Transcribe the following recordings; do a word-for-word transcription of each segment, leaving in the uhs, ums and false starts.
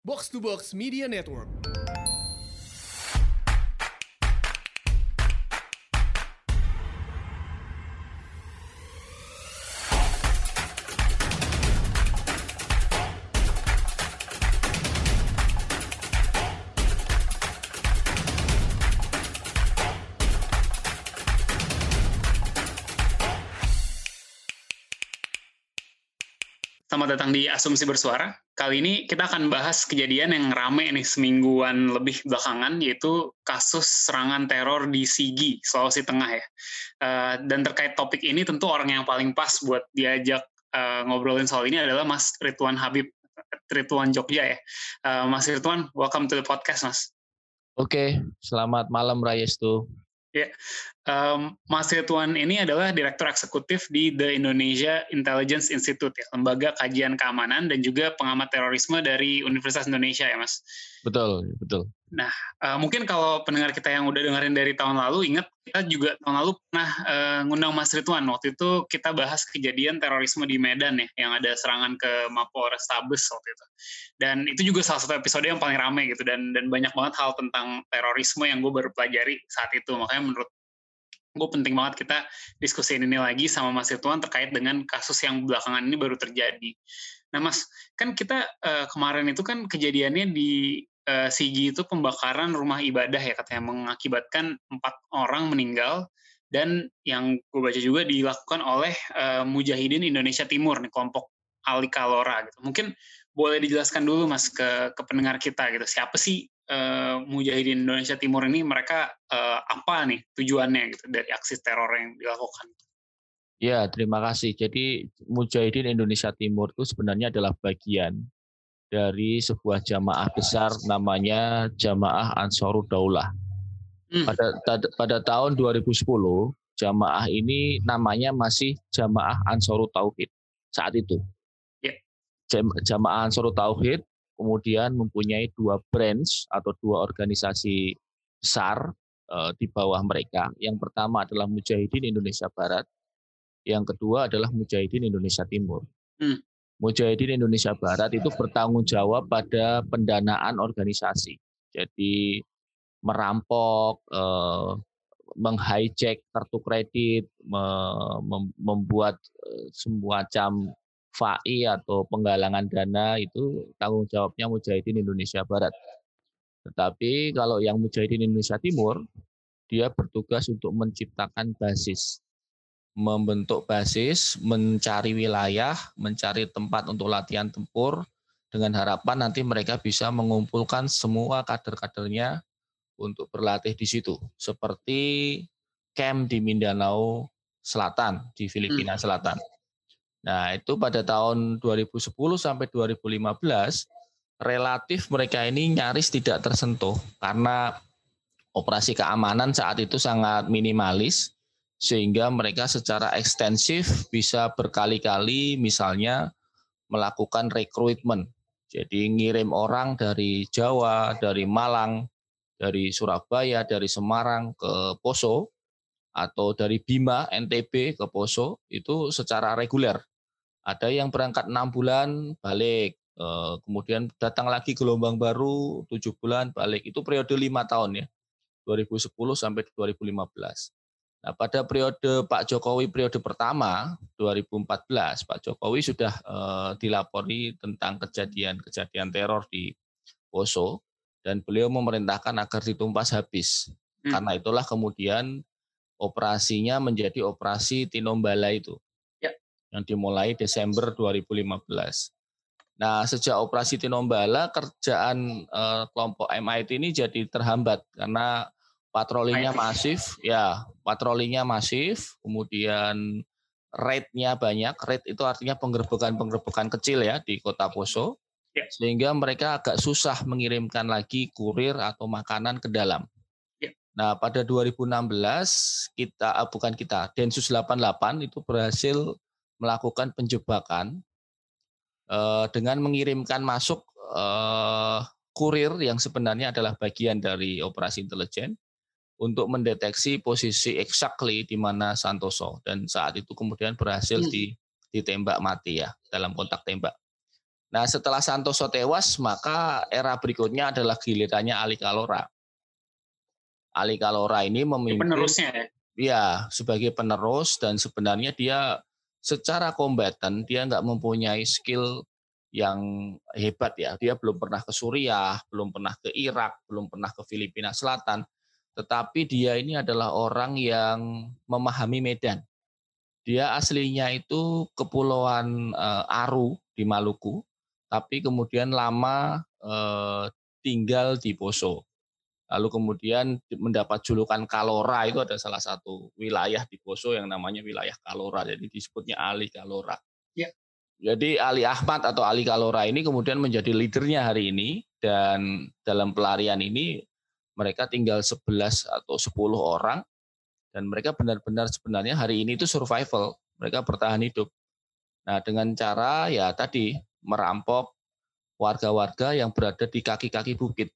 Box to Box Media Network. Selamat datang di Asumsi Bersuara. Kali ini kita akan bahas kejadian yang rame nih semingguan lebih belakangan, yaitu kasus serangan teror di Sigi, Sulawesi Tengah ya. Uh, dan terkait topik ini tentu orang yang paling pas buat diajak uh, ngobrolin soal ini adalah Mas Ridwan Habib, Ridwan Jogja ya. Uh, Mas Ridwan, welcome to the podcast, Mas. Oke, selamat malam Rayestu. Ya, um, Mas Ridwan ini adalah Direktur Eksekutif di The Indonesia Intelligence Institute, ya, lembaga kajian keamanan dan juga pengamat terorisme dari Universitas Indonesia ya, Mas. Betul, betul. Nah, uh, mungkin kalau pendengar kita yang udah dengerin dari tahun lalu, ingat kita juga tahun lalu pernah uh, ngundang Mas Ridwan. Waktu itu kita bahas kejadian terorisme di Medan ya, yang ada serangan ke Mapolrestabes waktu itu. Dan itu juga salah satu episode yang paling ramai gitu, dan dan banyak banget hal tentang terorisme yang gue baru pelajari saat itu. Makanya menurut gue penting banget kita diskusiin ini lagi sama Mas Ridwan terkait dengan kasus yang belakangan ini baru terjadi. Nah Mas, kan kita uh, kemarin itu kan kejadiannya di uh, Sigi itu pembakaran rumah ibadah ya, katanya mengakibatkan empat orang meninggal, dan yang gue baca juga dilakukan oleh uh, Mujahidin Indonesia Timur nih, kelompok Ali Kalora gitu. Mungkin boleh dijelaskan dulu Mas ke, ke pendengar kita gitu, siapa sih uh, Mujahidin Indonesia Timur ini, mereka uh, apa nih tujuannya gitu dari aksi teror yang dilakukan? Ya, terima kasih. Jadi Mujahidin Indonesia Timur itu sebenarnya adalah bagian dari sebuah jamaah besar namanya Jamaah Ansarud Daulah. Hmm. Pada pada tahun dua ribu sepuluh, jamaah ini namanya masih Jamaah Ansarud Tauhid saat itu. Jamaah Ansarud Tauhid kemudian mempunyai dua branch atau dua organisasi besar eh, di bawah mereka. Yang pertama adalah Mujahidin Indonesia Barat, yang kedua adalah Mujahidin Indonesia Timur. Hmm. Mujahidin Indonesia Barat itu bertanggung jawab pada pendanaan organisasi. Jadi merampok, eh, menghijack kartu kredit, mem- membuat eh, semacam F A I atau penggalangan dana, itu tanggung jawabnya Mujahidin Indonesia Barat. Tetapi kalau yang Mujahidin Indonesia Timur, dia bertugas untuk menciptakan basis, membentuk basis, mencari wilayah, mencari tempat untuk latihan tempur, dengan harapan nanti mereka bisa mengumpulkan semua kader-kadernya untuk berlatih di situ. Seperti camp di Mindanao Selatan, di Filipina Selatan. Nah, itu pada tahun dua ribu sepuluh sampai dua ribu lima belas relatif mereka ini nyaris tidak tersentuh karena operasi keamanan saat itu sangat minimalis, sehingga mereka secara ekstensif bisa berkali-kali misalnya melakukan rekrutmen. Jadi ngirim orang dari Jawa, dari Malang, dari Surabaya, dari Semarang ke Poso, atau dari Bima, N T B ke Poso, itu secara reguler. Ada yang berangkat enam bulan balik, kemudian datang lagi gelombang baru tujuh bulan balik. Itu periode lima tahun ya, dua ribu sepuluh sampai dua ribu lima belas. Nah, pada periode Pak Jokowi periode pertama dua ribu empat belas, Pak Jokowi sudah eh, dilapori tentang kejadian-kejadian teror di Poso, dan beliau memerintahkan agar ditumpas habis. Hmm. Karena itulah kemudian operasinya menjadi operasi Tinombala itu. Yang dimulai Desember dua ribu lima belas. Nah, sejak operasi Tinombala, kerjaan eh, kelompok M I T ini jadi terhambat karena patrolinya masif, ya, patrolinya masif, kemudian raid-nya banyak. Raid itu artinya penggerbekan-penggerbekan kecil ya di Kota Poso, ya. Sehingga mereka agak susah mengirimkan lagi kurir atau makanan ke dalam. Ya. Nah, pada dua ribu enam belas kita, bukan kita, Densus delapan puluh delapan itu berhasil melakukan penjebakan eh, dengan mengirimkan masuk eh, kurir yang sebenarnya adalah bagian dari operasi intelijen untuk mendeteksi posisi exactly di mana Santoso, dan saat itu kemudian berhasil hmm. ditembak mati ya, dalam kontak tembak. Nah, setelah Santoso tewas, maka era berikutnya adalah gilirannya Ali Kalora. Ali Kalora ini Ya, memimpin, penerusnya ya. ya, sebagai penerus, dan sebenarnya dia secara kombatan dia nggak mempunyai skill yang hebat ya. Dia belum pernah ke Suriah, belum pernah ke Irak, belum pernah ke Filipina Selatan. Tetapi dia ini adalah orang yang memahami medan. Dia aslinya itu Kepulauan uh, Aru di Maluku, tapi kemudian lama uh, tinggal di Poso. Lalu kemudian mendapat julukan Kalora, itu ada salah satu wilayah di Poso yang namanya wilayah Kalora, jadi disebutnya Ali Kalora. Ya. Jadi Ali Ahmad atau Ali Kalora ini kemudian menjadi leadernya hari ini, dan dalam pelarian ini mereka tinggal sebelas atau sepuluh orang, dan mereka benar-benar sebenarnya hari ini itu survival, mereka bertahan hidup. Nah, dengan cara ya tadi merampok warga-warga yang berada di kaki-kaki bukit.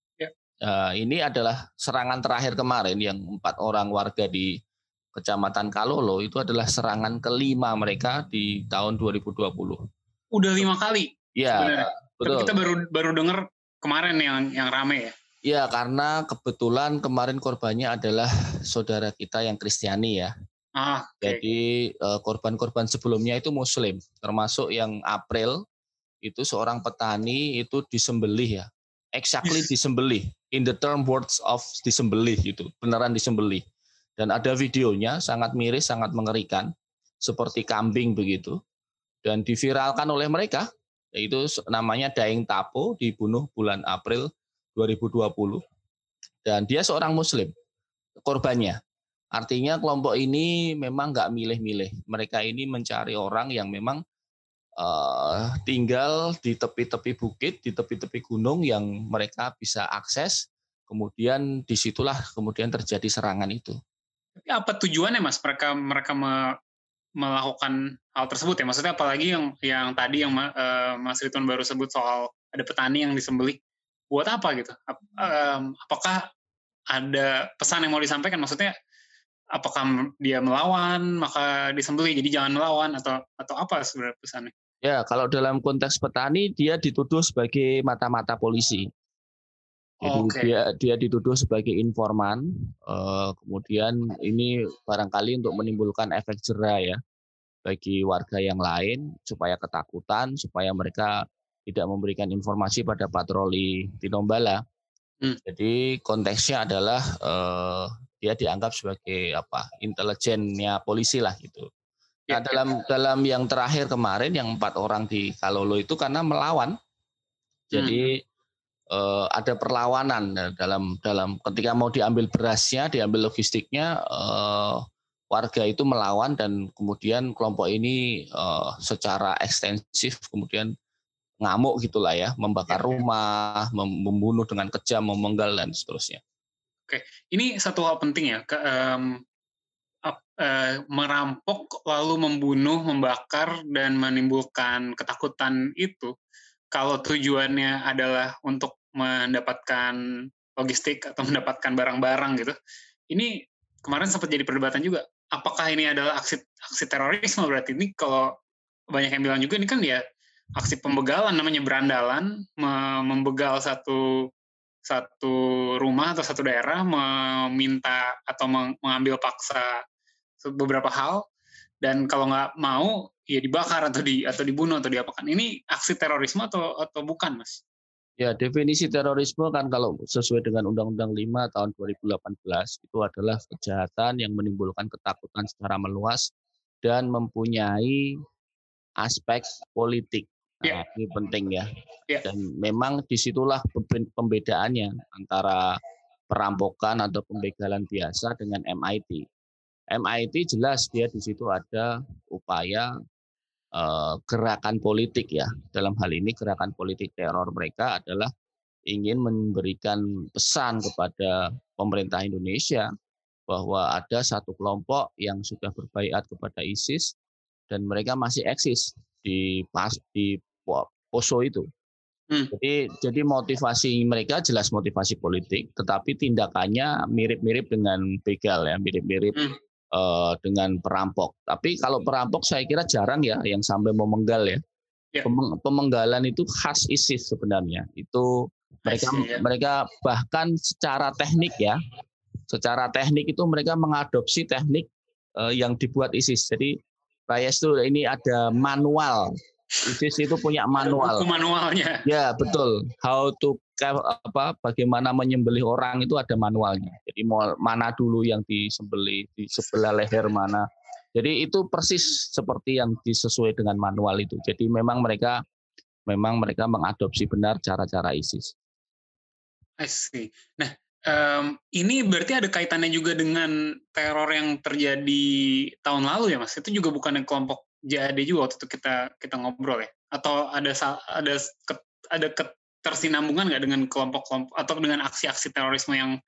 Uh, ini adalah serangan terakhir kemarin yang empat orang warga di Kecamatan Kalolo, itu adalah serangan kelima mereka di tahun dua ribu dua puluh. Udah lima kali. Ya, sebenarnya. betul. Tapi kita baru baru dengar kemarin yang yang rame ya. Ya, karena kebetulan kemarin korbannya adalah saudara kita yang Kristiani ya. Ah, okay. Jadi uh, korban-korban sebelumnya itu Muslim, termasuk yang April itu seorang petani itu disembelih ya. Exactly disembelih, in the term words of disembelih gitu, beneran disembelih. Dan ada videonya, sangat miris, sangat mengerikan, seperti kambing begitu. Dan diviralkan oleh mereka, yaitu namanya Daeng Tapo, dibunuh bulan April dua ribu dua puluh. Dan dia seorang Muslim, korbannya. Artinya kelompok ini memang nggak milih-milih. Mereka ini mencari orang yang memang Uh, tinggal di tepi-tepi bukit, di tepi-tepi gunung yang mereka bisa akses, kemudian disitulah kemudian terjadi serangan itu. Tapi apa tujuannya Mas mereka mereka me, melakukan hal tersebut ya? Maksudnya apalagi yang yang tadi yang uh, Mas Ridwan baru sebut soal ada petani yang disembelih, buat apa gitu? Ap, um, apakah ada pesan yang mau disampaikan? Maksudnya apakah dia melawan maka disembelih, jadi jangan melawan, atau atau apa sebenarnya pesannya? Ya, kalau dalam konteks petani dia dituduh sebagai mata-mata polisi. Jadi okay. dia dia dituduh sebagai informan. Eh, kemudian ini barangkali untuk menimbulkan efek jera ya bagi warga yang lain supaya ketakutan, supaya mereka tidak memberikan informasi pada patroli Tinombala. Hmm. Jadi konteksnya adalah eh, dia dianggap sebagai apa? Intelijennya polisi lah gitu. Nah, dalam dalam yang terakhir kemarin yang empat orang di Kalolo itu karena melawan, jadi hmm. eh, ada perlawanan dalam dalam ketika mau diambil berasnya, diambil logistiknya, eh, warga itu melawan dan kemudian kelompok ini eh, secara ekstensif kemudian ngamuk gitulah ya, membakar rumah, membunuh dengan kejam, memenggal dan seterusnya. Oke, ini satu hal penting ya. Ke, um... Uh, merampok lalu membunuh, membakar dan menimbulkan ketakutan itu, kalau tujuannya adalah untuk mendapatkan logistik atau mendapatkan barang-barang gitu, ini kemarin sempat jadi perdebatan juga. Apakah ini adalah aksi aksi terorisme? Berarti ini kalau banyak yang bilang juga ini kan dia aksi pembegalan, namanya berandalan, membegal satu satu rumah atau satu daerah, meminta atau mengambil paksa beberapa hal, dan kalau nggak mau ya dibakar atau di atau dibunuh atau diapakan. Ini aksi terorisme atau atau bukan, Mas? Ya, definisi terorisme kan kalau sesuai dengan Undang-Undang lima tahun dua ribu delapan belas itu adalah kejahatan yang menimbulkan ketakutan secara meluas dan mempunyai aspek politik. Nah, ya. Ini penting ya. ya. Dan memang disitulah pembedaannya antara perampokan atau pembegalan biasa dengan M I T. M I T jelas dia di situ ada upaya eh, gerakan politik ya. Dalam hal ini gerakan politik teror mereka adalah ingin memberikan pesan kepada pemerintah Indonesia bahwa ada satu kelompok yang sudah berbaiat kepada ISIS dan mereka masih eksis di pas di Poso itu. Hmm. Jadi jadi motivasi mereka jelas motivasi politik, tetapi tindakannya mirip-mirip dengan begal ya, mirip-mirip hmm. uh, dengan perampok. Tapi kalau perampok saya kira jarang ya yang sampai memenggal ya. Ya. Pemenggalan itu khas ISIS sebenarnya. Itu mereka see, ya. mereka bahkan secara teknik ya, secara teknik itu mereka mengadopsi teknik uh, yang dibuat ISIS. Jadi Rayes itu ini ada manual. ISIS itu punya manual. Buku manualnya. Ya betul. How to apa? Bagaimana menyembelih orang itu ada manualnya. Jadi mana dulu yang disembelih, di sebelah leher mana. Jadi itu persis seperti yang disesuai dengan manual itu. Jadi memang mereka memang mereka mengadopsi benar cara-cara ISIS. I see. Nah, um, ini berarti ada kaitannya juga dengan teror yang terjadi tahun lalu ya, Mas? Itu juga bukan kelompok J A D juga waktu itu kita kita ngobrol ya? Atau ada ada ada ketersinambungan nggak dengan kelompok-kelompok atau dengan aksi-aksi terorisme yang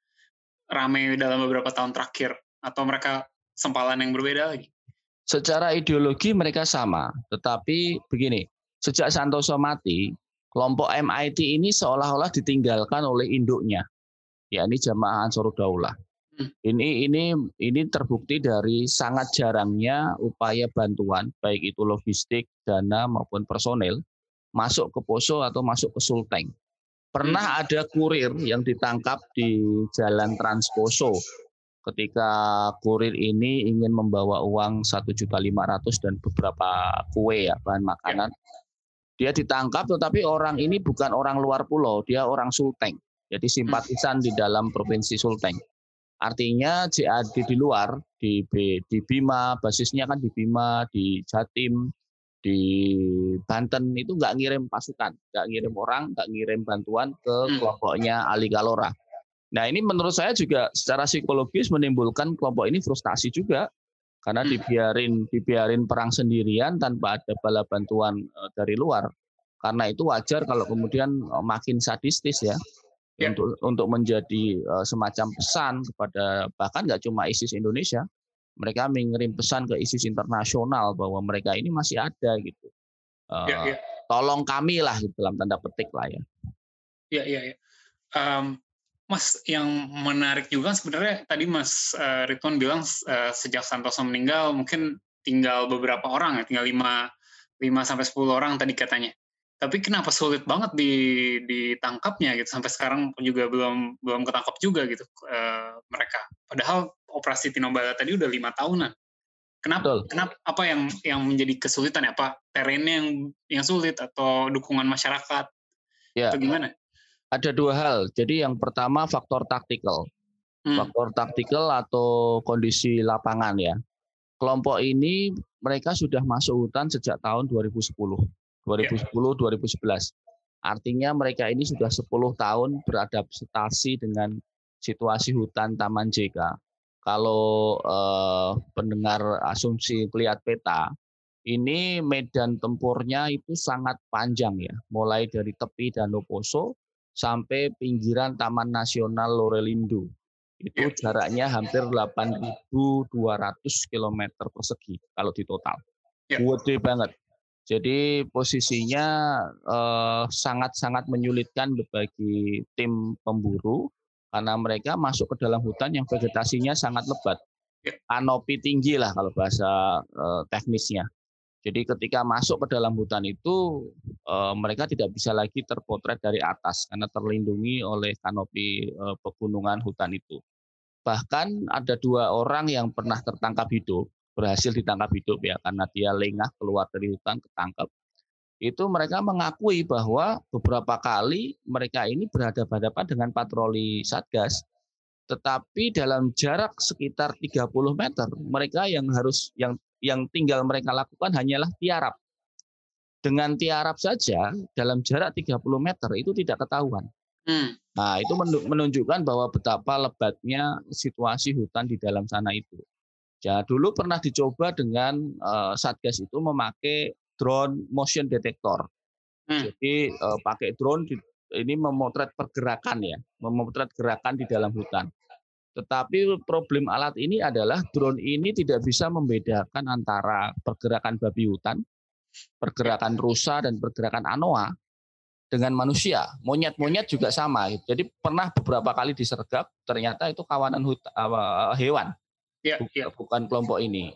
ramai dalam beberapa tahun terakhir? Atau mereka sempalan yang berbeda lagi? Secara ideologi mereka sama, tetapi begini, sejak Santoso mati, kelompok M I T ini seolah-olah ditinggalkan oleh induknya, yakni Jamaah Ansarud Daulah. Hmm. Ini ini ini terbukti dari sangat jarangnya upaya bantuan, baik itu logistik, dana maupun personel, masuk ke Poso atau masuk ke Sulteng. Pernah hmm. ada kurir yang ditangkap di Jalan Trans Poso. Ketika kurir ini ingin membawa uang satu juta lima ratus ribu dan beberapa kue ya, bahan makanan. Dia ditangkap tetapi orang ini bukan orang luar pulau, dia orang Sulteng. Jadi simpatisan di dalam provinsi Sulteng. Artinya J A D di luar, di, di Bima, basisnya kan di Bima, di Jatim, di Banten itu nggak ngirim pasukan, nggak ngirim orang, nggak ngirim bantuan ke kelompoknya Ali Kalora. Nah ini menurut saya juga secara psikologis menimbulkan kelompok ini frustasi juga karena dibiarin dibiarin perang sendirian tanpa ada bala bantuan dari luar. Karena itu wajar kalau kemudian makin sadistis ya, ya. untuk untuk menjadi semacam pesan kepada bahkan nggak cuma ISIS Indonesia, mereka mengirim pesan ke ISIS internasional bahwa mereka ini masih ada gitu. Ya, ya. Tolong kami lah gitu, dalam tanda petik lah ya. Iya iya. Ya. Um, Mas, yang menarik juga sebenarnya tadi Mas uh, Ridwan bilang uh, sejak Santoso meninggal mungkin tinggal beberapa orang ya, tinggal lima sampai sepuluh orang tadi katanya. Tapi kenapa sulit banget di, ditangkapnya gitu sampai sekarang juga belum belum ketangkap juga gitu uh, mereka. Padahal operasi Tinombala tadi udah lima tahunan. Kenapa? Betul. Kenapa? Apa yang yang menjadi kesulitan? Apa terennya yang yang sulit atau dukungan masyarakat? Ya. Atau gimana? Ada dua hal. Jadi yang pertama faktor taktikal. Hmm. Faktor taktikal atau kondisi lapangan ya. Kelompok ini mereka sudah masuk hutan sejak tahun dua ribu sepuluh. dua ribu sepuluh dua ribu sebelas. Artinya mereka ini sudah sepuluh tahun beradaptasi dengan situasi hutan Taman J K. Kalau eh, pendengar asumsi lihat peta, ini medan tempurnya itu sangat panjang ya. Mulai dari tepi Danau Poso sampai pinggiran Taman Nasional Lorelindo. Itu jaraknya hampir delapan ribu dua ratus kilometer persegi kalau di total. Gede banget. Jadi posisinya eh, sangat-sangat menyulitkan bagi tim pemburu karena mereka masuk ke dalam hutan yang vegetasinya sangat lebat. Kanopi tinggi lah kalau bahasa eh, teknisnya. Jadi ketika masuk ke dalam hutan itu eh, mereka tidak bisa lagi terpotret dari atas karena terlindungi oleh kanopi eh, pegunungan hutan itu. Bahkan ada dua orang yang pernah tertangkap hidup, berhasil ditangkap hidup ya karena dia lengah keluar dari hutan ketangkap. Itu mereka mengakui bahwa beberapa kali mereka ini berhadapan-hadapan dengan patroli Satgas. Tetapi dalam jarak sekitar tiga puluh meter mereka yang harus yang yang tinggal mereka lakukan hanyalah tiarap. Dengan tiarap saja dalam jarak tiga puluh meter itu tidak ketahuan. Hmm. Nah, itu menunjukkan bahwa betapa lebatnya situasi hutan di dalam sana itu. Ya, dulu pernah dicoba dengan uh, Satgas itu memakai drone motion detector. Hmm. Jadi uh, pakai drone di, ini memotret pergerakan ya, memotret gerakan di dalam hutan. Tetapi problem alat ini adalah drone ini tidak bisa membedakan antara pergerakan babi hutan, pergerakan rusa, dan pergerakan anoa dengan manusia. Monyet-monyet juga sama. Jadi pernah beberapa kali disergap, ternyata itu kawanan hutan, hewan, ya, ya. bukan kelompok ini.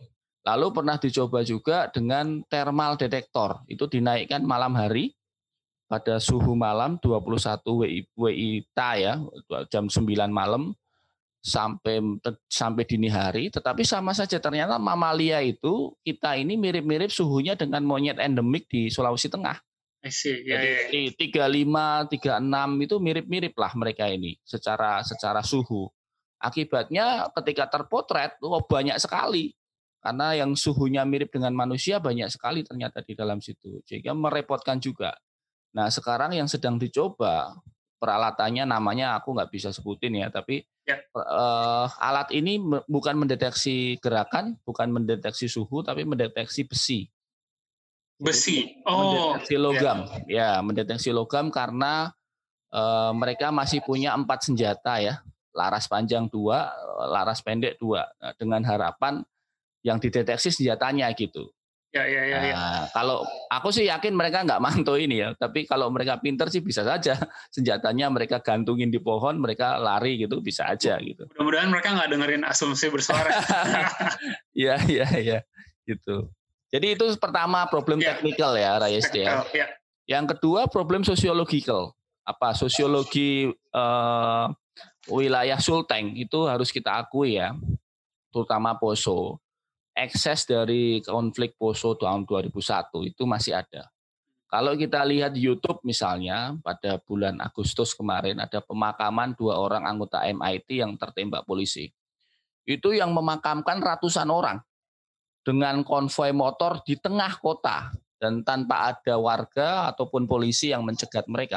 Lalu pernah dicoba juga dengan thermal detector, itu dinaikkan malam hari pada suhu malam dua puluh satu W I T ya, jam sembilan malam sampai sampai dini hari, tetapi sama saja ternyata mamalia itu kita ini mirip-mirip suhunya dengan monyet endemik di Sulawesi Tengah. I see. Ya, Jadi ya, ya. tiga puluh lima, tiga puluh enam itu mirip-mirip lah mereka ini secara secara suhu. Akibatnya ketika terpotret, oh banyak sekali. Karena yang suhunya mirip dengan manusia banyak sekali ternyata di dalam situ. Sehingga merepotkan juga. Nah sekarang yang sedang dicoba, peralatannya namanya aku nggak bisa sebutin ya, tapi Ya. eh, alat ini bukan mendeteksi gerakan, bukan mendeteksi suhu, tapi mendeteksi besi. Besi. Oh. Mendeteksi logam. Ya, ya mendeteksi logam karena eh, mereka masih punya empat senjata ya. Laras panjang dua, laras pendek dua. Nah, dengan harapan yang dideteksi senjatanya gitu. Ya, ya, ya, ya. Nah, kalau aku sih yakin mereka nggak mantau ini ya. Tapi kalau mereka pinter sih bisa saja senjatanya mereka gantungin di pohon, mereka lari gitu bisa aja gitu. Mudah-mudahan mereka nggak dengerin asumsi bersuara. Iya, iya, iya, gitu. Jadi itu pertama problem Ya. teknikal ya, Rais ya. Ya. Yang kedua problem sosiologikal. Apa sosiologi eh, wilayah Sulteng itu harus kita akui ya, terutama Poso. Ekses dari konflik Poso tahun dua ribu satu itu masih ada. Kalau kita lihat di YouTube misalnya pada bulan Agustus kemarin ada pemakaman dua orang anggota M I T yang tertembak polisi. Itu yang memakamkan ratusan orang dengan konvoi motor di tengah kota dan tanpa ada warga ataupun polisi yang mencegat mereka.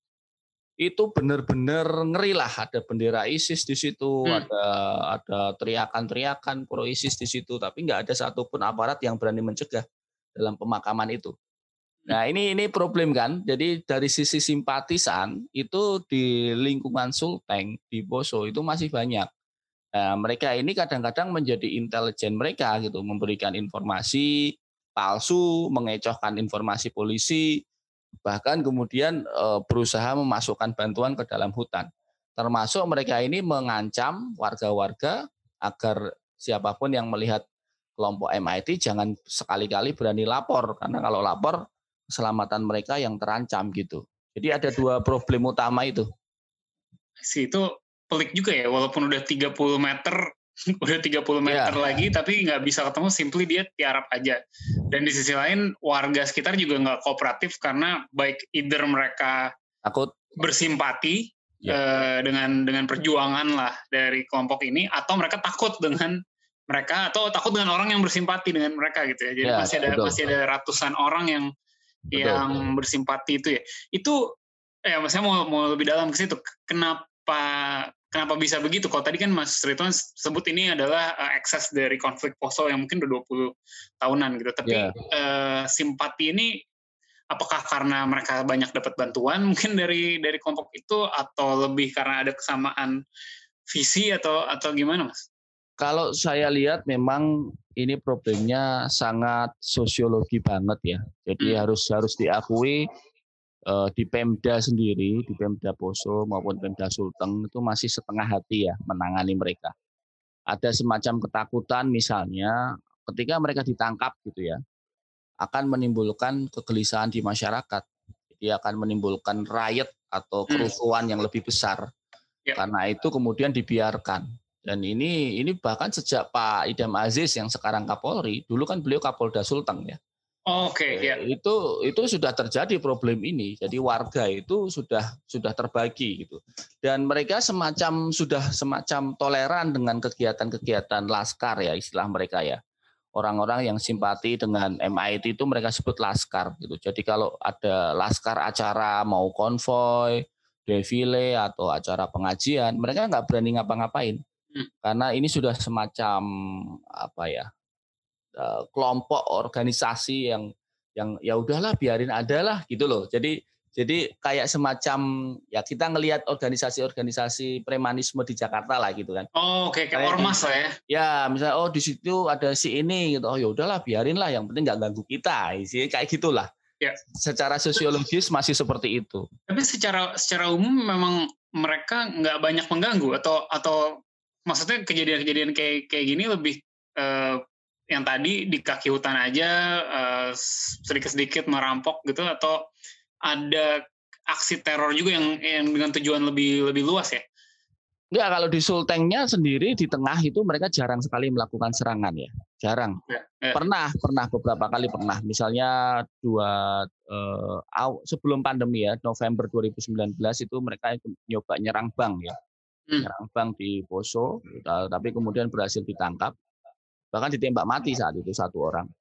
Itu benar-benar ngeri lah, ada bendera ISIS di situ, hmm. ada ada teriakan-teriakan pro ISIS di situ, tapi nggak ada satupun aparat yang berani mencegah dalam pemakaman itu. Nah ini ini problem kan, jadi dari sisi simpatisan itu di lingkungan Sulteng di Poso itu masih banyak. Nah, mereka ini kadang-kadang menjadi intelijen mereka gitu, memberikan informasi palsu, mengecohkan informasi polisi. Bahkan kemudian e, berusaha memasukkan bantuan ke dalam hutan. Termasuk mereka ini mengancam warga-warga agar siapapun yang melihat kelompok M I T jangan sekali-kali berani lapor. Karena kalau lapor, keselamatan mereka yang terancam gitu. Jadi ada dua problem utama itu. Si itu pelik juga ya, walaupun udah tiga puluh meter, udah tiga puluh meter yeah. lagi, tapi nggak bisa ketemu, simply dia tiarap aja. Dan di sisi lain, warga sekitar juga nggak kooperatif, karena baik either mereka takut bersimpati yeah. uh, dengan dengan perjuangan lah dari kelompok ini, atau mereka takut dengan mereka, atau takut dengan orang yang bersimpati dengan mereka gitu ya. Jadi yeah, masih ada betul. masih ada ratusan orang yang betul. yang bersimpati itu ya. Itu, ya saya mau mau lebih dalam ke situ. Kenapa Kenapa bisa begitu? Kalau tadi kan Mas Ridwan sebut ini adalah uh, ekses dari konflik Poso yang mungkin udah dua puluh tahunan gitu. Tapi yeah. uh, simpati ini apakah karena mereka banyak dapat bantuan mungkin dari dari kelompok itu, atau lebih karena ada kesamaan visi, atau atau gimana, Mas? Kalau saya lihat memang ini problemnya sangat sosiologi banget ya. Jadi hmm. harus harus diakui di Pemda sendiri, di Pemda Poso maupun Pemda Sulteng itu masih setengah hati ya menangani mereka. Ada semacam ketakutan misalnya ketika mereka ditangkap gitu ya, akan menimbulkan kegelisahan di masyarakat. Jadi akan menimbulkan riot atau kerusuhan yang lebih besar. Karena itu kemudian dibiarkan. Dan ini ini bahkan sejak Pak Idam Aziz yang sekarang Kapolri, dulu kan beliau Kapolda Sulteng ya. Oh, Oke, okay, ya. Itu itu sudah terjadi problem ini. Jadi warga itu sudah sudah terbagi gitu. Dan mereka semacam sudah semacam toleran dengan kegiatan-kegiatan laskar ya, istilah mereka ya. Orang-orang yang simpati dengan M I T itu mereka sebut laskar gitu. Jadi kalau ada laskar acara mau konvoi, defile atau acara pengajian, mereka nggak berani ngapa-ngapain. Hmm. Karena ini sudah semacam apa ya? kelompok organisasi yang yang ya udahlah biarin ada lah gitu loh. Jadi jadi kayak semacam ya kita ngelihat organisasi-organisasi premanisme di Jakarta lah gitu kan. Oh oke, okay. Kayak ormas lah ya. Ya misalnya oh di situ ada si ini gitu. Oh ya udahlah biarin lah, yang penting nggak ganggu kita. Isi kayak gitulah. Ya. Secara sosiologis masih seperti itu. Tapi secara secara umum memang mereka nggak banyak mengganggu, atau atau maksudnya kejadian-kejadian kayak kayak gini lebih uh, yang tadi di kaki hutan aja uh, sedikit-sedikit merampok gitu, atau ada aksi teror juga yang, yang dengan tujuan lebih lebih luas ya? Ya, kalau di Sultengnya sendiri di tengah itu mereka jarang sekali melakukan serangan ya, jarang. Ya, ya. Pernah, pernah beberapa kali pernah. Misalnya dua eh, sebelum pandemi ya, November dua ribu sembilan belas itu mereka nyoba nyerang bank ya, hmm. nyerang bank di Poso, tapi kemudian berhasil ditangkap, bahkan ditembak mati saat itu satu orang.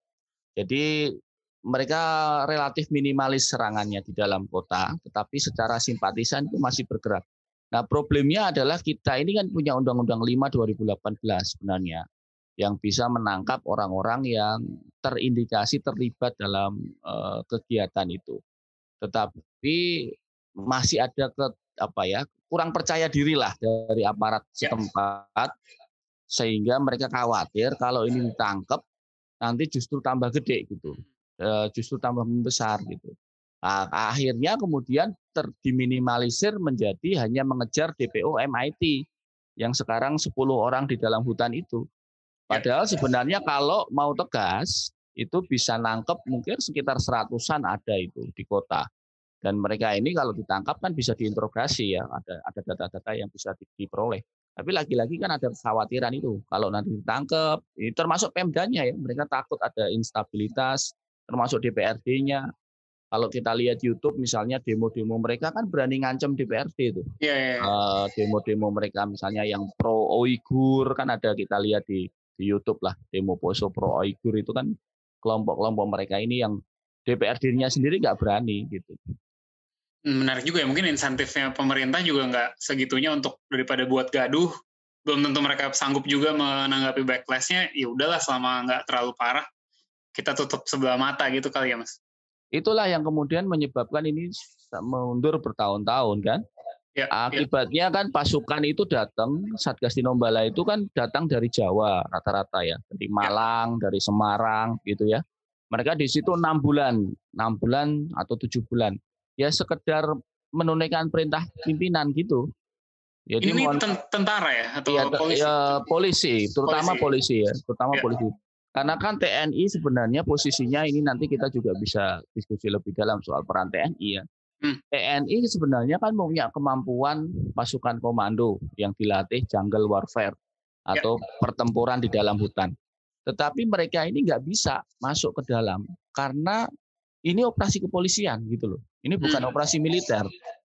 Jadi mereka relatif minimalis serangannya di dalam kota, tetapi secara simpatisan itu masih bergerak. Nah, problemnya adalah kita ini kan punya Undang-Undang lima dua ribu delapan belas sebenarnya yang bisa menangkap orang-orang yang terindikasi terlibat dalam uh, kegiatan itu. Tetapi masih ada ke, apa ya, kurang percaya diri lah dari aparat setempat, sehingga mereka khawatir kalau ini ditangkap nanti justru tambah gede gitu, uh, justru tambah membesar gitu. Nah, akhirnya kemudian terdiminimalisir menjadi hanya mengejar D P O M I T yang sekarang sepuluh orang di dalam hutan itu. Padahal sebenarnya kalau mau tegas itu bisa nangkep mungkin sekitar seratusan ada itu di kota. Dan mereka ini kalau ditangkap kan bisa diinterogasi ya, ada ada data-data yang bisa diperoleh. Tapi lagi-lagi kan ada kekhawatiran itu kalau nanti ditangkap, ini termasuk Pemdanya ya, mereka takut ada instabilitas, termasuk D P R D-nya. Kalau kita lihat YouTube misalnya demo-demo mereka kan berani ngancam D P R D itu. Yeah, yeah, yeah. Uh, demo-demo mereka misalnya yang pro Uighur kan ada kita lihat di, di YouTube lah, demo Poso pro Uighur itu kan kelompok-kelompok mereka ini yang D P R D-nya sendiri nggak berani gitu. Menarik juga ya, mungkin insentifnya pemerintah juga nggak segitunya untuk daripada buat gaduh, belum tentu mereka sanggup juga menanggapi backlash-nya, ya udahlah selama nggak terlalu parah, kita tutup sebelah mata gitu kali ya Mas. Itulah yang kemudian menyebabkan ini mundur bertahun-tahun kan. Ya, akibatnya ya. Kan pasukan itu datang, Satgas Tinombala itu kan datang dari Jawa rata-rata ya, dari Malang, ya. Dari Semarang gitu ya. Mereka di situ enam bulan, enam bulan atau tujuh bulan. Ya sekedar menunaikan perintah pimpinan gitu. Jadi ini mohon, tentara ya atau ya, polisi? Ya, polisi, terutama polisi, polisi ya, terutama ya. polisi. Karena kan T N I sebenarnya posisinya ini nanti kita juga bisa diskusi lebih dalam soal peran T N I ya. Hmm. T N I sebenarnya kan punya kemampuan pasukan komando yang dilatih jungle warfare atau ya. Pertempuran di dalam hutan. Tetapi mereka ini nggak bisa masuk ke dalam karena ini operasi kepolisian gitu loh. Ini bukan hmm. operasi militer.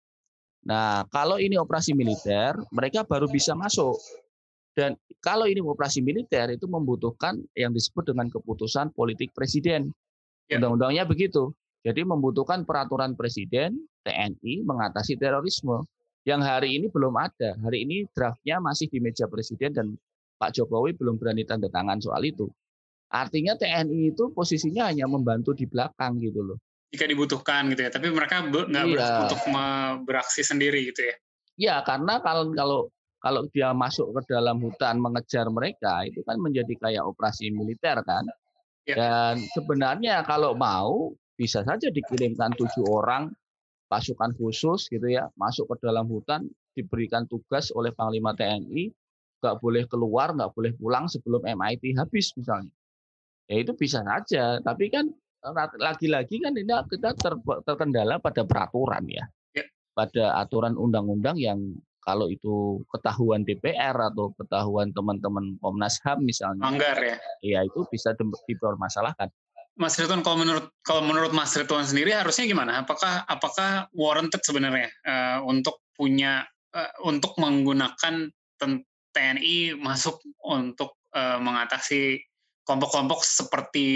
Nah, kalau ini operasi militer, mereka baru bisa masuk. Dan kalau ini operasi militer itu membutuhkan yang disebut dengan keputusan politik presiden. Ya. Undang-undangnya begitu. Jadi membutuhkan peraturan presiden T N I mengatasi terorisme. Yang hari ini belum ada. Hari ini draftnya masih di meja presiden dan Pak Jokowi belum berani tanda tangan soal itu. Artinya T N I itu posisinya hanya membantu di belakang gitu loh. Jika dibutuhkan gitu ya. Tapi mereka nggak iya. ber- untuk beraksi sendiri gitu ya. Ya karena kalau kalau Kalau dia masuk ke dalam hutan mengejar mereka, itu kan menjadi kayak operasi militer kan. Ya. Dan sebenarnya kalau mau, bisa saja dikirimkan tujuh orang pasukan khusus gitu ya, masuk ke dalam hutan, diberikan tugas oleh Panglima T N I, nggak boleh keluar, nggak boleh pulang sebelum M I T habis misalnya. Ya itu bisa saja, tapi kan lagi-lagi kan ini kita terkendala pada peraturan ya. ya. Pada aturan undang-undang yang kalau itu ketahuan D P R atau ketahuan teman-teman Komnas H A M misalnya, Anggar ya, ya itu bisa dipermasalahkan. Mas Ridwan, kalau menurut kalau menurut Mas Ridwan sendiri harusnya gimana? Apakah apakah warranted sebenarnya uh, untuk punya uh, untuk menggunakan T N I masuk untuk uh, mengatasi kelompok-kelompok seperti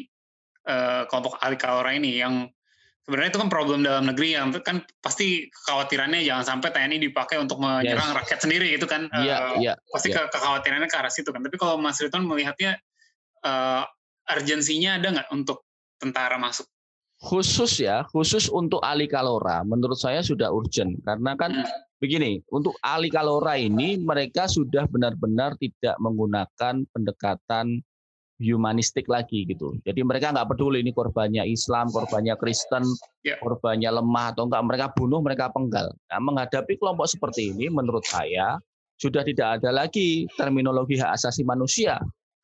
uh, kelompok Ali Kalora ini yang sebenarnya itu kan problem dalam negeri yang kan pasti kekhawatirannya jangan sampai T N I dipakai untuk menyerang yes. rakyat sendiri gitu kan. Yeah, uh, yeah, pasti yeah. kekhawatirannya ke arah situ kan. Tapi kalau Mas Ridwan melihatnya uh, urgensinya ada nggak untuk tentara masuk? Khusus ya, khusus untuk Ali Kalora menurut saya sudah urgent. Karena kan hmm. begini, untuk Ali Kalora ini mereka sudah benar-benar tidak menggunakan pendekatan humanistik lagi gitu. Jadi mereka nggak peduli ini korbannya Islam, korbannya Kristen, yeah. korbannya lemah atau enggak, mereka bunuh, mereka penggal. Nah, menghadapi kelompok seperti ini menurut saya sudah tidak ada lagi terminologi hak asasi manusia.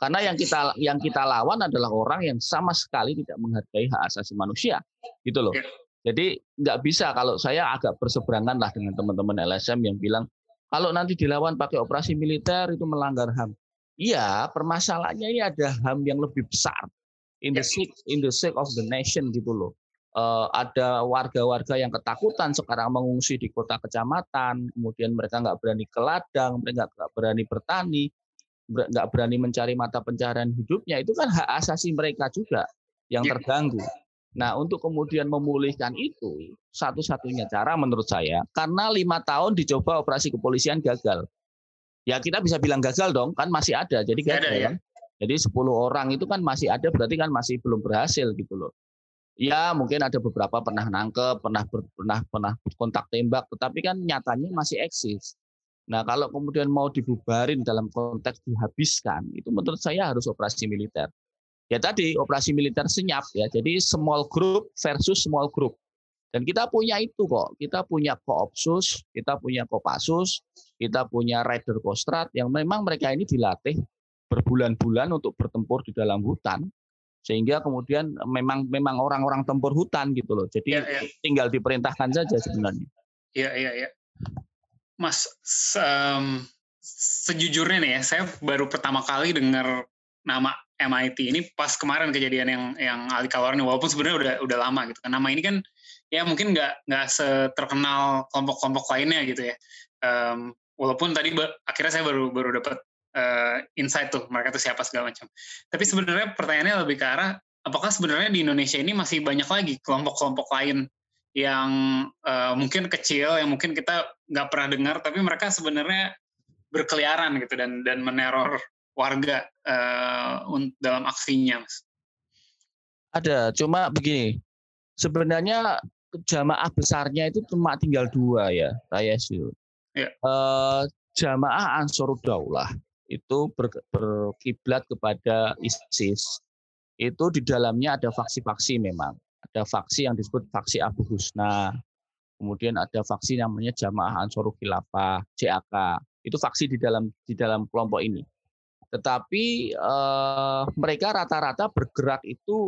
Karena yang kita yang kita lawan adalah orang yang sama sekali tidak menghargai hak asasi manusia, gitu loh. Jadi nggak bisa kalau saya agak berseberangan lah dengan teman-teman L S M yang bilang kalau nanti dilawan pakai operasi militer itu melanggar H A M. Iya, permasalahannya ini ada H A M yang lebih besar. In the sake, in the sake of the nation gitu loh. Uh, ada warga-warga yang ketakutan sekarang mengungsi di kota kecamatan, kemudian mereka nggak berani ke ladang, mereka nggak berani bertani, nggak berani mencari mata pencaharian hidupnya, itu kan hak asasi mereka juga yang terganggu. Nah, untuk kemudian memulihkan itu, satu-satunya cara menurut saya, karena lima tahun dicoba operasi kepolisian gagal. Ya kita bisa bilang gagal dong, kan masih ada, jadi gagal ada, ya? Kan? Jadi sepuluh orang itu kan masih ada, berarti kan masih belum berhasil gitu loh. Ya mungkin ada beberapa pernah nangkep, pernah ber, pernah pernah kontak tembak, tetapi kan nyatanya masih eksis. Nah, kalau kemudian mau dibubarin dalam konteks dihabiskan, itu menurut saya harus operasi militer. Ya tadi, operasi militer senyap ya. Jadi small group versus small group. Dan kita punya itu kok. Kita punya Koopsus, kita punya Kopassus, kita punya Rider Kostrad yang memang mereka ini dilatih berbulan-bulan untuk bertempur di dalam hutan. Sehingga kemudian memang memang orang-orang tempur hutan gitu loh. Jadi ya, ya. tinggal diperintahkan saja sebenarnya. Iya, iya, iya. Mas, um, sejujurnya nih ya, saya baru pertama kali dengar nama M I T ini pas kemarin kejadian yang yang Ali Kalora nih, walaupun sebenarnya udah udah lama gitu kan. Nama ini kan ya mungkin nggak nggak seterkenal kelompok-kelompok lainnya gitu ya. Um, walaupun tadi akhirnya saya baru baru dapat uh, insight tuh mereka tuh siapa segala macam. Tapi sebenarnya pertanyaannya lebih ke arah apakah sebenarnya di Indonesia ini masih banyak lagi kelompok-kelompok lain yang uh, mungkin kecil, yang mungkin kita nggak pernah dengar, tapi mereka sebenarnya berkeliaran gitu dan dan meneror warga uh, dalam aksinya, Mas. Ada, cuma begini, sebenarnya jamaah besarnya itu cuma tinggal dua ya, Rayesu. Ya. Uh, jamaah Ansarud Daulah itu ber, berkiblat kepada ISIS. Itu di dalamnya ada faksi-faksi memang. Ada faksi yang disebut faksi Abu Husna, kemudian ada faksi namanya Jamaah Ansarul Khilafah, J A K. Itu faksi di dalam di dalam kelompok ini. Tetapi eh, mereka rata-rata bergerak itu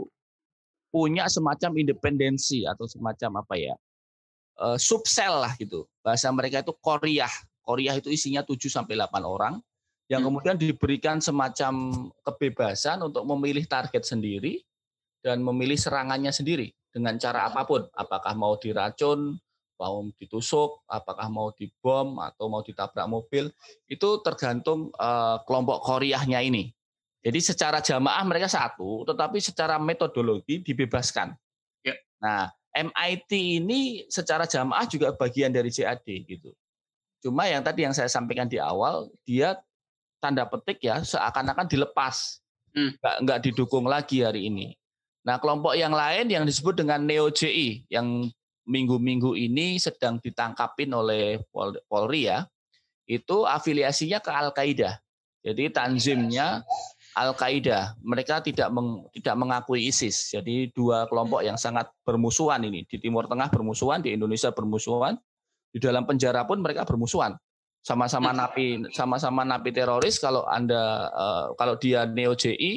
punya semacam independensi atau semacam apa ya, eh, subsel lah gitu. Bahasa mereka itu Qoriyah. Qoriyah itu isinya tujuh sampai delapan orang yang kemudian diberikan semacam kebebasan untuk memilih target sendiri dan memilih serangannya sendiri dengan cara apapun, apakah mau diracun, mau ditusuk, apakah mau dibom atau mau ditabrak mobil, itu tergantung uh, kelompok Qoriyahnya ini. Jadi secara jamaah mereka satu, tetapi secara metodologi dibebaskan. Ya. Nah, M I T ini secara jamaah juga bagian dari J A D gitu. Cuma yang tadi yang saya sampaikan di awal, dia tanda petik ya seakan-akan dilepas, hmm. nggak, nggak didukung lagi hari ini. Nah, kelompok yang lain yang disebut dengan Neo J I yang minggu-minggu ini sedang ditangkapin oleh Polri ya, itu afiliasinya ke Al-Qaeda. Jadi tanzimnya Al-Qaeda. Mereka tidak meng, tidak mengakui ISIS. Jadi dua kelompok yang sangat bermusuhan ini. Di Timur Tengah bermusuhan, di Indonesia bermusuhan, di dalam penjara pun mereka bermusuhan. Sama-sama napi sama-sama napi teroris. Kalau Anda uh, kalau dia Neo J I,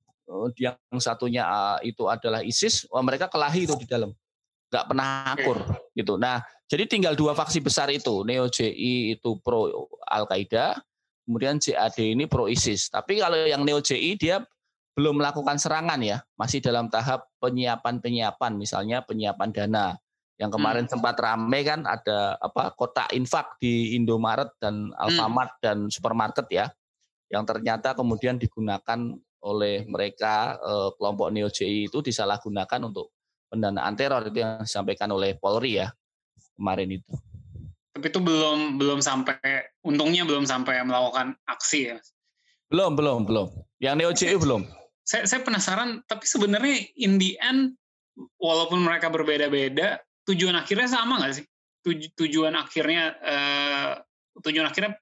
yang satunya itu adalah ISIS, wah mereka kelahi itu di dalam, nggak pernah akur gitu. Nah, jadi tinggal dua faksi besar itu, Neo J I itu pro Al-Qaeda, kemudian J A D ini pro ISIS. Tapi kalau yang Neo J I dia belum melakukan serangan ya, masih dalam tahap penyiapan-penyiapan, misalnya penyiapan dana. Yang kemarin hmm. sempat ramai kan ada apa kotak infak di Indomaret dan Alfamart hmm. dan supermarket ya, yang ternyata kemudian digunakan oleh mereka eh, kelompok Neo J I itu disalahgunakan untuk pendanaan teror, itu yang disampaikan oleh Polri ya kemarin itu. Tapi itu belum belum sampai, untungnya belum sampai melakukan aksi ya, Mas? Belum, belum, belum. Yang Neo J I belum. Saya, saya penasaran, tapi sebenarnya in the end, walaupun mereka berbeda-beda, tujuan akhirnya sama nggak sih? Tuj, tujuan akhirnya, uh, tujuan akhirnya,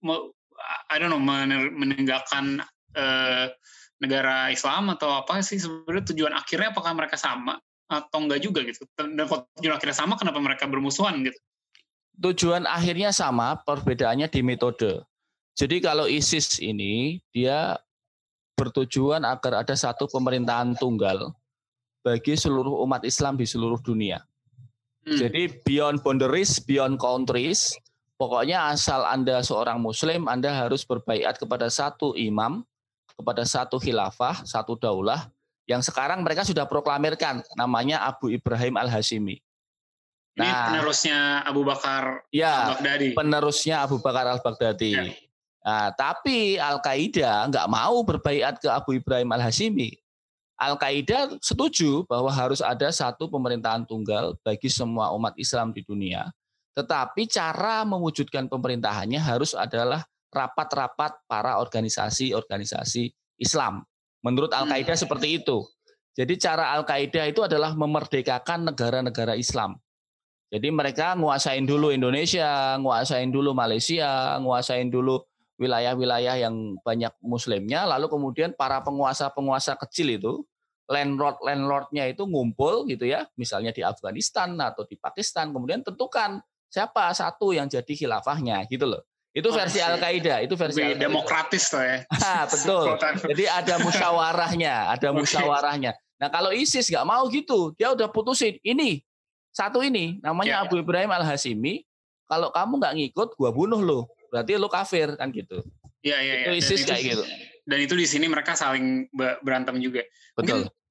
I don't know, menegakkan uh, negara Islam atau apa sih sebenarnya tujuan akhirnya, apakah mereka sama atau enggak juga gitu? Dan kalau tujuan akhirnya sama, kenapa mereka bermusuhan gitu? Tujuan akhirnya sama, perbedaannya di metode. Jadi kalau ISIS ini dia bertujuan agar ada satu pemerintahan tunggal bagi seluruh umat Islam di seluruh dunia. Hmm. Jadi beyond boundaries, beyond countries, pokoknya asal Anda seorang Muslim, Anda harus berbaiat kepada satu imam, kepada satu khilafah, satu daulah, yang sekarang mereka sudah proklamirkan, namanya Abu Ibrahim Al-Hashimi. Ini nah, penerusnya Abu Bakar ya, Al-Baghdadi. Penerusnya Abu Bakar Al-Baghdadi. Ya. Nah, tapi Al-Qaeda nggak mau berbaiat ke Abu Ibrahim Al-Hashimi. Al-Qaeda setuju bahwa harus ada satu pemerintahan tunggal bagi semua umat Islam di dunia. Tetapi cara mewujudkan pemerintahannya harus adalah rapat-rapat para organisasi-organisasi Islam. Menurut Al-Qaeda hmm. seperti itu. Jadi cara Al-Qaeda itu adalah memerdekakan negara-negara Islam. Jadi mereka nguasain dulu Indonesia, nguasain dulu Malaysia, nguasain dulu wilayah-wilayah yang banyak muslimnya, lalu kemudian para penguasa-penguasa kecil itu, landlord-landlordnya itu ngumpul gitu ya, misalnya di Afghanistan atau di Pakistan, kemudian tentukan siapa satu yang jadi khilafahnya gitu loh. Itu versi oh, Al-Qaeda, itu versi Al-Qaeda. Demokratis tuh ya. Ha, betul. Jadi ada musyawarahnya, ada musyawarahnya. Nah kalau ISIS nggak mau gitu, dia udah putusin ini satu ini namanya ya, Abu Ibrahim Al-Hashimi. Kalau kamu nggak ngikut, gua bunuh lo. Berarti lo kafir kan gitu. Iya iya. Itu ISIS ya. kayak itu, gitu. Dan itu di sini mereka saling berantem juga. Betul. Mungkin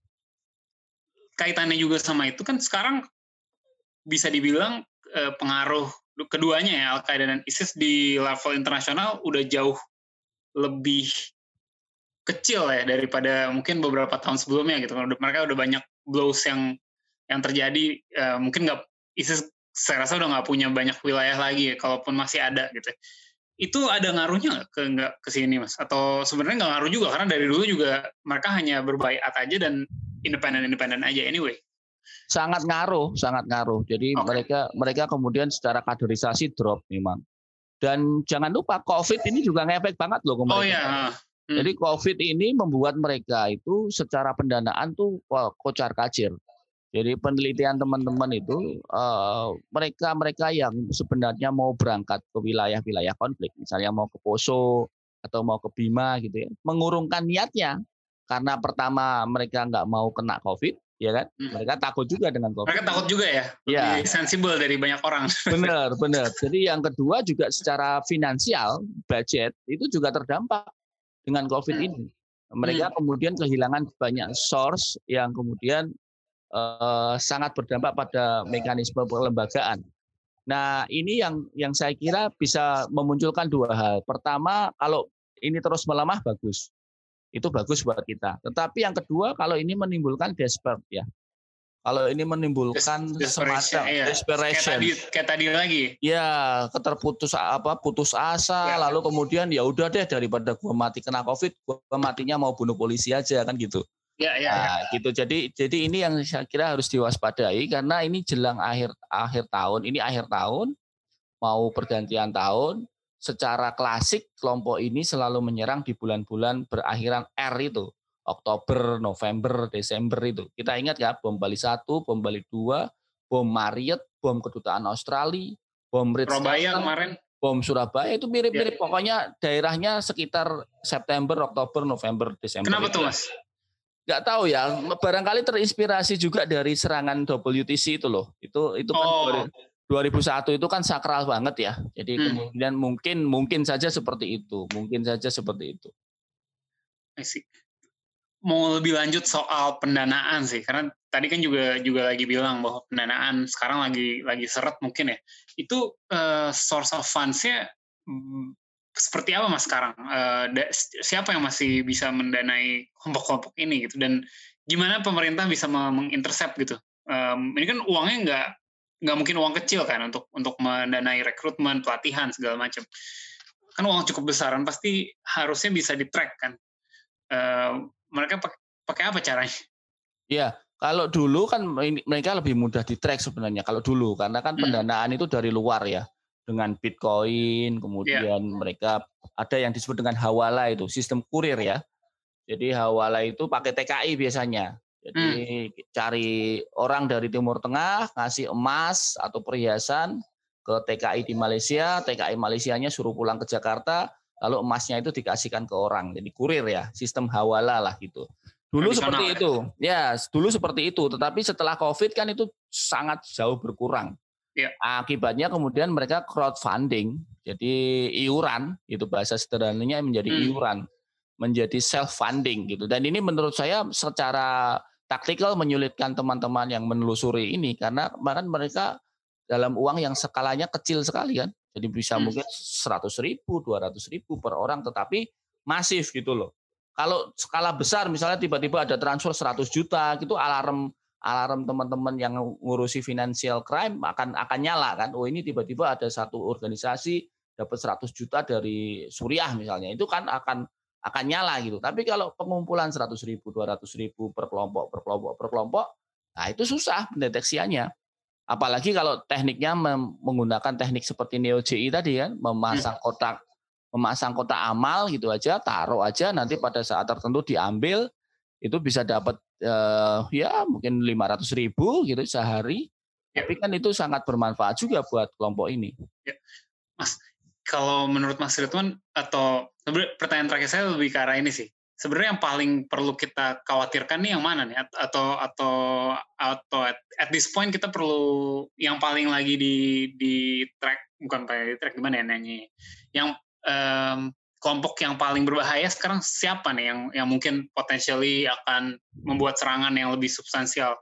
kaitannya juga sama itu kan sekarang bisa dibilang eh, pengaruh keduanya ya Al-Qaeda dan ISIS di level internasional udah jauh lebih kecil ya daripada mungkin beberapa tahun sebelumnya gitu. Mereka udah banyak blows yang yang terjadi. Eh, mungkin nggak ISIS saya rasa udah nggak punya banyak wilayah lagi ya, kalaupun masih ada gitu. Itu ada ngaruhnya nggak ke nggak ke sini mas? Atau sebenarnya nggak ngaruh juga karena dari dulu juga mereka hanya berbaiat aja dan independen-independen aja anyway. Sangat ngaruh, sangat ngaruh. Jadi okay. mereka mereka kemudian secara kaderisasi drop memang. Dan jangan lupa COVID ini juga ngefek banget loh ke mereka. Oh iya. Hmm. Jadi COVID ini membuat mereka itu secara pendanaan tuh kocar kacir. Jadi penelitian teman-teman itu uh, mereka mereka yang sebenarnya mau berangkat ke wilayah-wilayah konflik, misalnya mau ke Poso atau mau ke Bima gitu ya, mengurungkan niatnya karena pertama mereka nggak mau kena COVID, ya kan? Hmm. Mereka takut juga dengan COVID. Mereka takut juga ya, ya. Lebih sensibel dari banyak orang. Benar, benar. Jadi yang kedua juga secara finansial, budget itu juga terdampak dengan COVID hmm. ini. Mereka hmm. kemudian kehilangan banyak source yang kemudian Uh, sangat berdampak pada mekanisme pelembagaan. Nah, ini yang yang saya kira bisa memunculkan dua hal. Pertama, kalau ini terus melemah bagus. Itu bagus buat kita. Tetapi yang kedua, kalau ini menimbulkan desperate ya. Kalau ini menimbulkan Des- semacam ya. desperation. Kayak tadi, kayak tadi lagi. Ya, keterputus apa putus asa, ya. Lalu kemudian ya udah deh daripada gua mati kena COVID, gua matinya mau bunuh polisi aja kan gitu. Ya, ya, nah, ya. gitu. Jadi, jadi ini yang saya kira harus diwaspadai karena ini jelang akhir akhir tahun. Ini akhir tahun, mau pergantian tahun. Secara klasik kelompok ini selalu menyerang di bulan-bulan berakhiran R itu, Oktober, November, Desember itu. Kita ingat ya, bom Bali satu, bom Bali dua, bom Marriott, bom kedutaan Australia, bom Ritz Surabaya kemarin. Bom Surabaya itu mirip-mirip. Ya. Pokoknya daerahnya sekitar September, Oktober, November, Desember. Kenapa tuh mas? Nggak tahu ya, barangkali terinspirasi juga dari serangan W T C itu loh. Itu itu kan oh. dua ribu satu itu kan sakral banget ya. Jadi hmm. kemudian mungkin mungkin saja seperti itu, mungkin saja seperti itu. Mau lebih lanjut soal pendanaan sih, karena tadi kan juga juga lagi bilang bahwa pendanaan sekarang lagi lagi seret mungkin ya. Itu uh, source of funds-nya hmm, seperti apa mas sekarang? Uh, da, siapa yang masih bisa mendanai kelompok-kelompok ini gitu? Dan gimana pemerintah bisa mengintercept gitu? Um, ini kan uangnya nggak nggak mungkin uang kecil kan untuk untuk mendanai rekrutmen, pelatihan segala macam. Kan uang cukup besar, dan pasti harusnya bisa di-track kan. Uh, mereka pakai apa caranya? Iya, kalau dulu kan mereka lebih mudah di-track sebenarnya. Kalau dulu karena kan pendanaan hmm. itu dari luar ya. Dengan Bitcoin, kemudian yeah. mereka ada yang disebut dengan hawala itu, sistem kurir ya. Jadi hawala itu pakai T K I biasanya. Jadi hmm. cari orang dari Timur Tengah, ngasih emas atau perhiasan ke T K I di Malaysia, T K I Malaysianya suruh pulang ke Jakarta, lalu emasnya itu dikasihkan ke orang. Jadi kurir ya, sistem hawala lah gitu. Dulu seperti ya? itu. Ya, dulu seperti itu. Tetapi setelah Covid kan itu sangat jauh berkurang. Ya. Akibatnya kemudian mereka crowdfunding, jadi iuran, itu bahasa sederhananya menjadi hmm. iuran, menjadi self funding gitu. Dan ini menurut saya secara taktikal menyulitkan teman-teman yang menelusuri ini karena bahkan mereka dalam uang yang skalanya kecil sekali kan. Jadi bisa hmm. mungkin seratus ribu, dua ratus ribu per orang, tetapi masif gitu loh. Kalau skala besar misalnya tiba-tiba ada transfer seratus juta gitu, alarm alarm teman-teman yang ngurusi financial crime akan akan nyala kan. Oh ini tiba-tiba ada satu organisasi dapat seratus juta dari Suriah misalnya. Itu kan akan akan nyala gitu. Tapi kalau pengumpulan seratus ribu, dua ratus ribu per kelompok, per kelompok, per kelompok, nah itu susah pendeteksiannya. Apalagi kalau tekniknya menggunakan teknik seperti Neo J I tadi kan, memasang kotak, memasang kotak amal gitu aja, taruh aja, nanti pada saat tertentu diambil, itu bisa dapat eh, ya mungkin lima ratus ribu gitu sehari. Ya. Tapi kan itu sangat bermanfaat juga buat kelompok ini. Ya. Mas, kalau menurut Mas Ridwan, atau sebenarnya pertanyaan terakhir saya lebih ke arah ini sih. Sebenarnya yang paling perlu kita khawatirkan nih yang mana nih? Atau atau atau at, at this point kita perlu yang paling lagi di di track, bukan kayak di track gimana ya nanya? Yang um, kelompok yang paling berbahaya sekarang siapa nih yang yang mungkin potentially akan membuat serangan yang lebih substansial?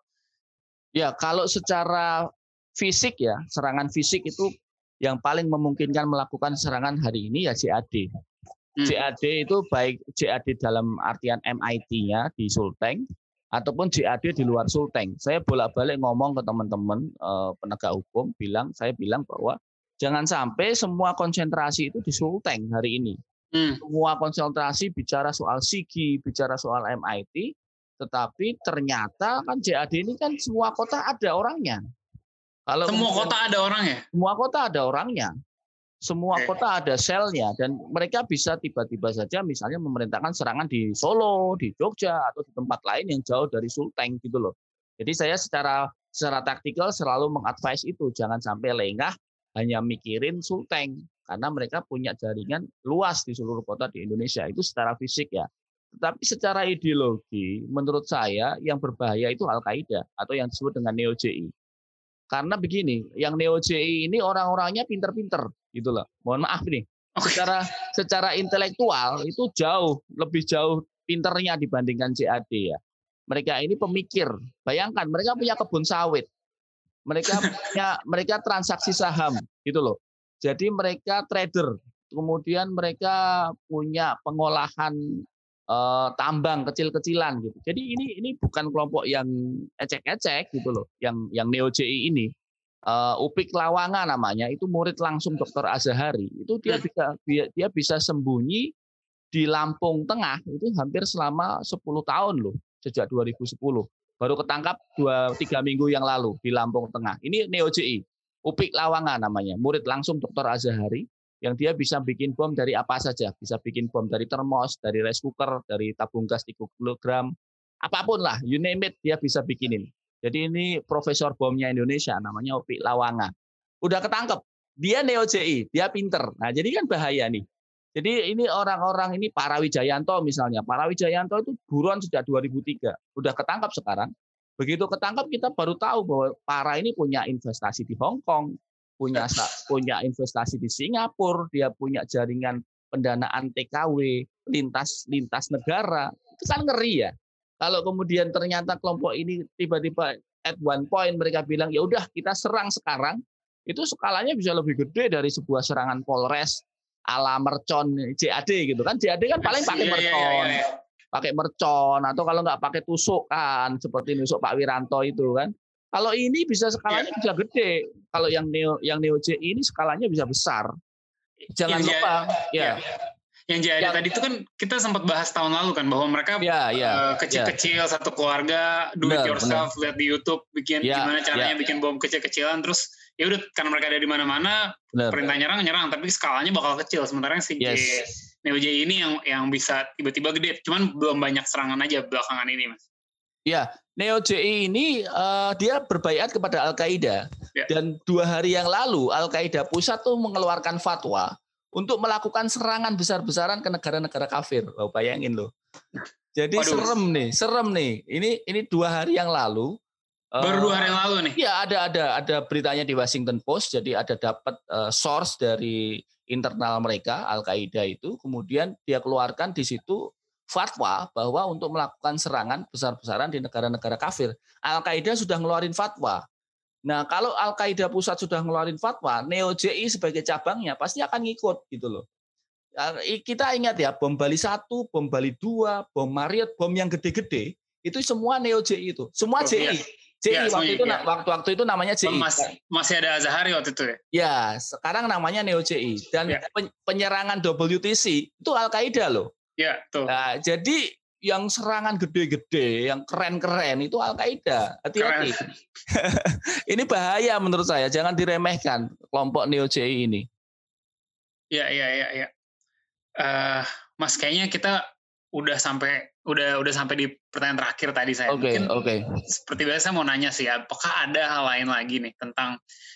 Ya, kalau secara fisik ya, serangan fisik itu yang paling memungkinkan melakukan serangan hari ini ya J A D. Hmm. J A D itu baik J A D dalam artian M I T-nya di Sulteng ataupun J A D di luar Sulteng. Saya bolak-balik ngomong ke teman-teman eh, penegak hukum, bilang saya bilang bahwa jangan sampai semua konsentrasi itu di Sulteng hari ini. Hmm. Semua konsentrasi bicara soal S I G I, bicara soal M I T, tetapi ternyata kan J A D ini kan semua kota ada orangnya. Kalau semua kota ada orangnya? Semua kota ada orangnya. Semua okay. kota ada selnya. Dan mereka bisa tiba-tiba saja misalnya memerintahkan serangan di Solo, di Jogja, atau di tempat lain yang jauh dari Sulteng gitu loh. Jadi saya secara secara taktikal selalu mengadvise itu. Jangan sampai lengah hanya mikirin Sulteng. Karena mereka punya jaringan luas di seluruh kota di Indonesia. Itu secara fisik ya. Tetapi secara ideologi, menurut saya yang berbahaya itu Al-Qaeda atau yang disebut dengan Neo J I. Karena begini, yang Neo J I ini orang-orangnya pinter-pinter, gitu loh. Mohon maaf nih, secara secara intelektual itu jauh lebih jauh pinternya dibandingkan J A D ya. Mereka ini pemikir. Bayangkan, mereka punya kebun sawit, mereka punya mereka transaksi saham, gitu loh. Jadi mereka trader, kemudian mereka punya pengolahan tambang kecil-kecilan gitu. Jadi ini ini bukan kelompok yang ecek-ecek gitu loh. Yang yang Neo J I ini uh, Upik Lawanga namanya, itu murid langsung Doktor Azhari. Itu dia bisa dia, dia bisa sembunyi di Lampung Tengah itu hampir selama sepuluh tahun loh, sejak dua ribu sepuluh. Baru ketangkap dua tiga minggu yang lalu di Lampung Tengah. Ini Neo J I. Upik Lawanga namanya, murid langsung Doktor Azhari. Yang dia bisa bikin bom dari apa saja, bisa bikin bom dari termos, dari rice cooker, dari tabung gas tiga kilogram, apapun lah, you name it, dia bisa bikinin. Jadi ini profesor bomnya Indonesia, namanya Upik Lawanga. Udah ketangkep, dia Neo J I, dia pinter. Nah jadi kan bahaya nih. Jadi ini orang-orang ini, Para Wijayanto misalnya, Para Wijayanto itu buron sejak dua ribu tiga, udah ketangkap sekarang. Begitu ketangkap kita baru tahu bahwa Para ini punya investasi di Hong Kong, punya punya investasi di Singapura, dia punya jaringan pendanaan T K W lintas lintas negara. Itu kan ngeri ya. Kalau kemudian ternyata kelompok ini tiba-tiba at one point mereka bilang ya udah kita serang sekarang, itu skalanya bisa lebih gede dari sebuah serangan Polres ala mercon J A D gitu kan. J A D kan paling pakai mercon. Pakai mercon atau kalau nggak pakai tusukan seperti nusuk Pak Wiranto itu kan. Kalau ini bisa skalanya ya. Bisa gede. Kalau yang Neo yang Neo J I ini skalanya bisa besar. Jangan yang lupa, ya. ya. Yang J A D yang, tadi itu kan kita sempat bahas tahun lalu kan bahwa mereka ya, ya, uh, kecil-kecil ya. Satu keluarga do it yourself, benar. Lihat di YouTube bikin ya, gimana caranya ya. Bikin bom kecil-kecilan, terus ya udah karena mereka ada di mana-mana, perintah nyerang nyerang, tapi skalanya bakal kecil. Sementara yang si yes. Neo J I ini yang yang bisa tiba-tiba gede, cuman belum banyak serangan aja belakangan ini, Mas. Ya, Neo J I ini uh, dia berbaiat kepada Al-Qaeda ya. Dan dua hari yang lalu Al-Qaeda pusat tuh mengeluarkan fatwa untuk melakukan serangan besar-besaran ke negara-negara kafir. Oh, bayangin loh. Jadi Waduh. serem nih, serem nih. Ini ini dua hari yang lalu. Baru dua hari yang lalu nih. Iya, ada ada ada beritanya di Washington Post. Jadi ada dapat uh, source dari internal mereka Al-Qaeda itu, kemudian dia keluarkan di situ fatwa bahwa untuk melakukan serangan besar-besaran di negara-negara kafir. Al-Qaeda sudah ngeluarin fatwa. Nah, kalau Al-Qaeda pusat sudah ngeluarin fatwa, Neo J I sebagai cabangnya pasti akan ngikut gitu loh. Kita ingat ya, bom Bali satu, bom Bali dua, bom Marriott, bom yang gede-gede, itu semua Neo J I itu. Semua J I. J I ya, waktu itu ya. waktu waktu itu namanya J I. Mas, masih ada Azhari waktu itu ya? Ya, sekarang namanya Neo J I. Dan ya. penyerangan W T C itu Al-Qaeda loh. Ya, tuh. Nah, jadi yang serangan gede-gede, yang keren-keren itu Al-Qaeda. Hati-hati. Ini bahaya menurut saya. Jangan diremehkan kelompok Neo J I ini. Iya, iya, iya. Ya. Uh, Mas, kayaknya kita udah sampai udah udah sampai di pertanyaan terakhir tadi saya. Oke, okay, oke. Okay. Seperti biasa mau nanya sih, apakah ada hal lain lagi nih tentang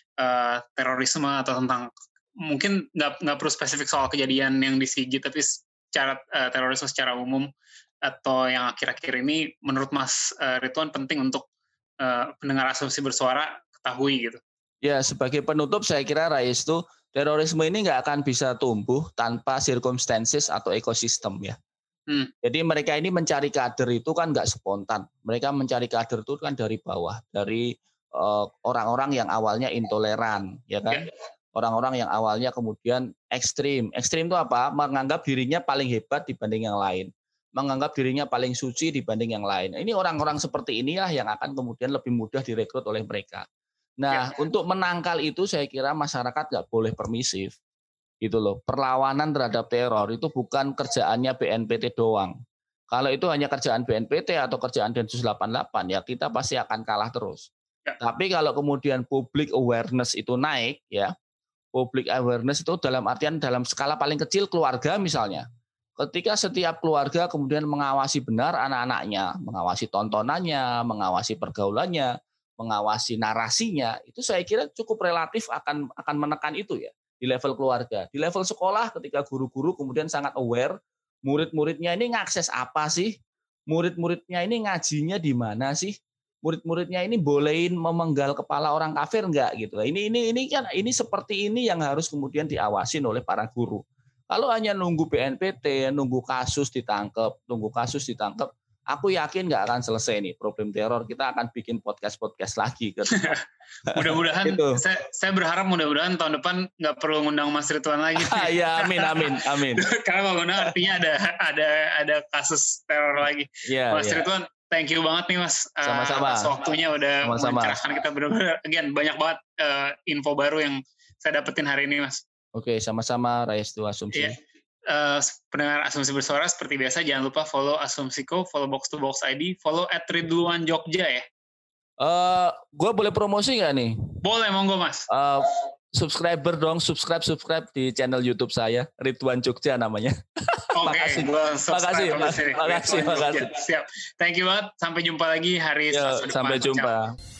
uh, terorisme atau tentang mungkin nggak nggak perlu spesifik soal kejadian yang di Sigit, tapi secara uh, terorisme secara umum atau yang akhir-akhir ini menurut Mas uh, Ridwan penting untuk uh, pendengar Asumsi Bersuara ketahui gitu. Ya, sebagai penutup saya kira Rais itu terorisme ini nggak akan bisa tumbuh tanpa circumstances atau ekosistem ya. Hmm. Jadi mereka ini mencari kader itu kan nggak spontan. Mereka mencari kader itu kan dari bawah, dari uh, orang-orang yang awalnya intoleran, ya kan? Ya. Orang-orang yang awalnya kemudian ekstrim. Ekstrim itu apa? Menganggap dirinya paling hebat dibanding yang lain. Menganggap dirinya paling suci dibanding yang lain. Ini orang-orang seperti inilah yang akan kemudian lebih mudah direkrut oleh mereka. Nah, ya. Untuk menangkal itu saya kira masyarakat nggak boleh permisif. Gitu loh. Perlawanan terhadap teror itu bukan kerjaannya B N P T doang. Kalau itu hanya kerjaan B N P T atau kerjaan Densus delapan puluh delapan, ya kita pasti akan kalah terus. Ya. Tapi kalau kemudian public awareness itu naik, ya, public awareness itu dalam artian dalam skala paling kecil keluarga misalnya. Ketika setiap keluarga kemudian mengawasi benar anak-anaknya, mengawasi tontonannya, mengawasi pergaulannya, mengawasi narasinya, itu saya kira cukup relatif akan akan menekan itu ya di level keluarga. Di level sekolah ketika guru-guru kemudian sangat aware, murid-muridnya ini ngakses apa sih? Murid-muridnya ini ngajinya di mana sih? Murid-muridnya ini bolehin memenggal kepala orang kafir enggak gitu. Ini ini ini kan ini seperti ini yang harus kemudian diawasin oleh para guru. Kalau hanya nunggu B N P T, nunggu kasus ditangkap, nunggu kasus ditangkap, aku yakin nggak akan selesai nih problem teror. Kita akan bikin podcast-podcast lagi. Mudah-mudahan, gitu. saya, saya berharap mudah-mudahan tahun depan nggak perlu ngundang Mas Ridwan lagi. Ya, amin, amin, amin. Karena kalau ngundang artinya ada ada ada kasus teror lagi. Ya, Mas ya. Ridwan, thank you banget nih Mas. Sama-sama. Atas waktunya udah Sama-sama. mencerahkan kita benar-benar. Again, banyak banget uh, info baru yang saya dapetin hari ini Mas. Oke, sama-sama Rais Dua Asumsi. Iya. Uh, pendengar Asumsi Bersuara seperti biasa jangan lupa follow Asumsiko, follow Box to Box I D, follow at Ridwan Jogja ya. Uh, gue boleh promosi nggak nih? Boleh, monggo Mas. Uh, subscriber dong, subscribe subscribe di channel YouTube saya Ridwan Jogja namanya. Oke, okay, makasih, makasih, makasih, makasih. Siap. Thank you banget. Sampai jumpa lagi hari Yo, Selasa depan. Sampai jumpa.